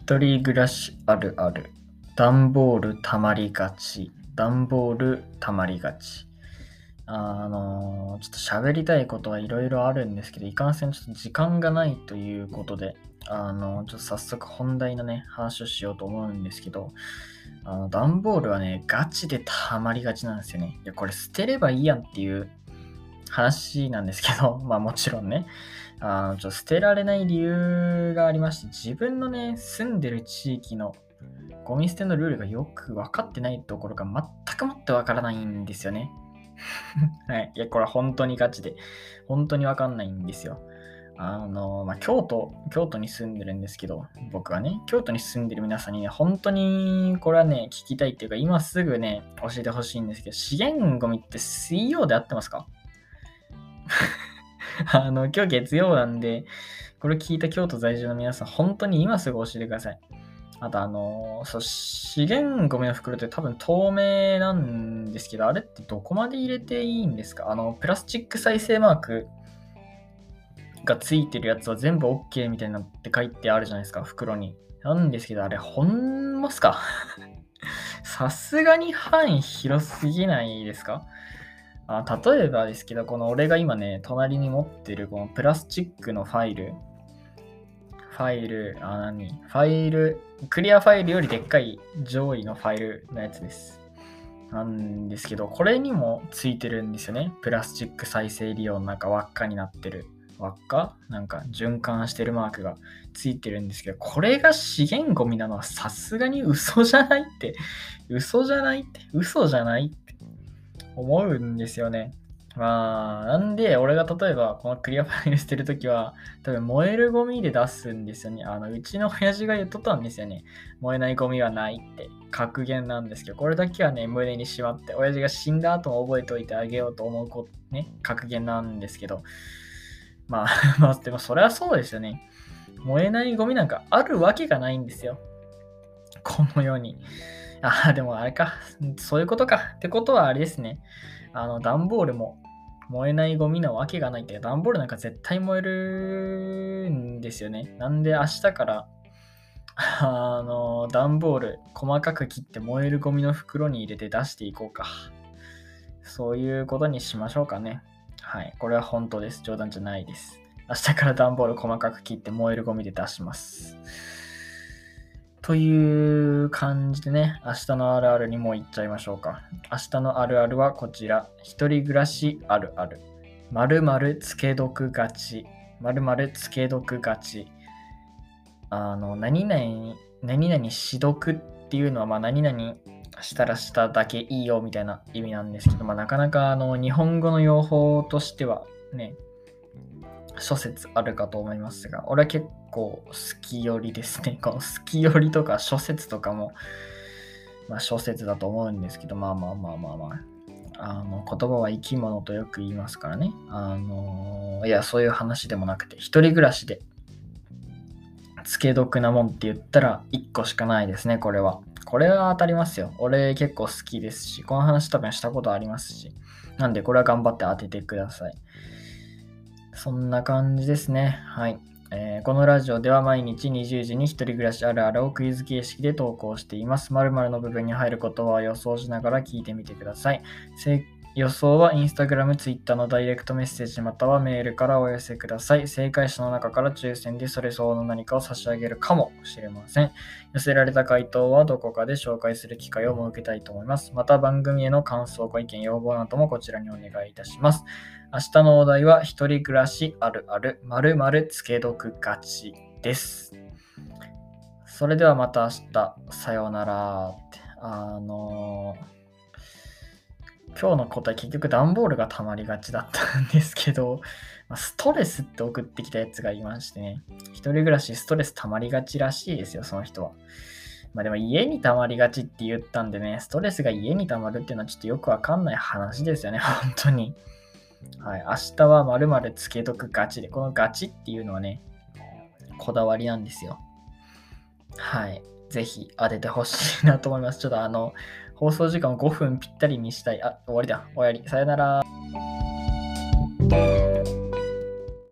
一人暮らしあるある。段ボール溜まりがち。段ボール溜まりがち。ちょっと喋りたいことはいろいろあるんですけど、いかんせんちょっと時間がないということで、ちょっと早速本題のね、話をしようと思うんですけど、段ボールはね、ガチで溜まりがちなんですよね。いや、これ捨てればいいやんっていう話なんですけど、まあもちろんね、捨てられない理由がありまして、自分のね、住んでる地域のゴミ捨てのルールがよく分かってないところが全くもって分からないんですよね。はい。いや、これは本当にガチで、本当に分かんないんですよ。京都に住んでるんですけど、僕はね、京都に住んでる皆さんにね、本当にこれはね、聞きたいっていうか、今すぐね、教えてほしいんですけど、資源ゴミって水曜で合ってますか？今日月曜なんで、これ聞いた京都在住の皆さん、本当に今すぐ教えてください。あと、資源ゴミの袋って多分透明なんですけど、あれってどこまで入れていいんですか？プラスチック再生マークがついてるやつは全部 OK みたいなって書いてあるじゃないですか、袋に。なんですけど、あれ、ほんますか？さすがに範囲広すぎないですか？例えばですけど、この俺が今ね、隣に持ってるこのプラスチックのクリアファイルよりでっかい上位のファイルのやつです。なんですけど、これにもついてるんですよね。プラスチック再生利用のなんか輪っかになってる。輪っかなんか循環してるマークがついてるんですけど、これが資源ゴミなのはさすがに嘘じゃないって思うんですよね。なんで、俺が例えばこのクリアファイル捨てるときは、多分燃えるゴミで出すんですよね。うちの親父が言っとったんですよね。燃えないゴミはないって。格言なんですけど、これだけはね、胸にしまって、親父が死んだ後も覚えておいてあげようと思うね、格言なんですけど。でもそれはそうですよね。燃えないゴミなんかあるわけがないんですよ。この世に。でもあれか。そういうことか。ってことはあれですね。段ボールも燃えないゴミなわけがないって、段ボールなんか絶対燃えるんですよね。なんで明日から、段ボール細かく切って燃えるゴミの袋に入れて出していこうか。そういうことにしましょうかね。はい。これは本当です。冗談じゃないです。明日から段ボール細かく切って燃えるゴミで出します。という感じでね、明日のあるあるにも行っちゃいましょうか。明日のあるあるはこちら。一人暮らしあるある。〇〇つけ読がち。〇〇つけ読がち。何々し読っていうのは、何々したらしただけいいよみたいな意味なんですけど、なかなか日本語の用法としてはね、諸説あるかと思いますが、俺は結構好き寄りですね。この好き寄りとか諸説とかも、諸説だと思うんですけど、言葉は生き物とよく言いますからね。いや、そういう話でもなくて、一人暮らしで、つけ得なもんって言ったら1個しかないですね、これは。これは当たりますよ。俺結構好きですし、この話多分したことありますし。なんで、これは頑張って当ててください。そんな感じですね。はい。このラジオでは毎日20時に一人暮らしあるあるをクイズ形式で投稿しています。〇〇の部分に入る言葉を予想しながら聞いてみてください。予想は Instagram、Twitter のダイレクトメッセージまたはメールからお寄せください。正解者の中から抽選でそれ相応の何かを差し上げるかもしれません。寄せられた回答はどこかで紹介する機会を設けたいと思います。また番組への感想、ご意見、要望などもこちらにお願いいたします。明日のお題は一人暮らしあるある〇〇つけ読がちです。それではまた明日。さようなら。今日の答え結局段ボールが溜まりがちだったんですけど、ストレスって送ってきたやつがいましてね。一人暮らしストレス溜まりがちらしいですよ、その人は。でも家に溜まりがちって言ったんでね、ストレスが家に溜まるっていうのはちょっとよくわかんない話ですよね、本当に。はい、明日は〇〇つけとくガチで、このガチっていうのはね、こだわりなんですよ。はい。ぜひ当ててほしいなと思います。ちょっと放送時間を5分ぴったりにしたい。終わりだ。終わり。さよなら。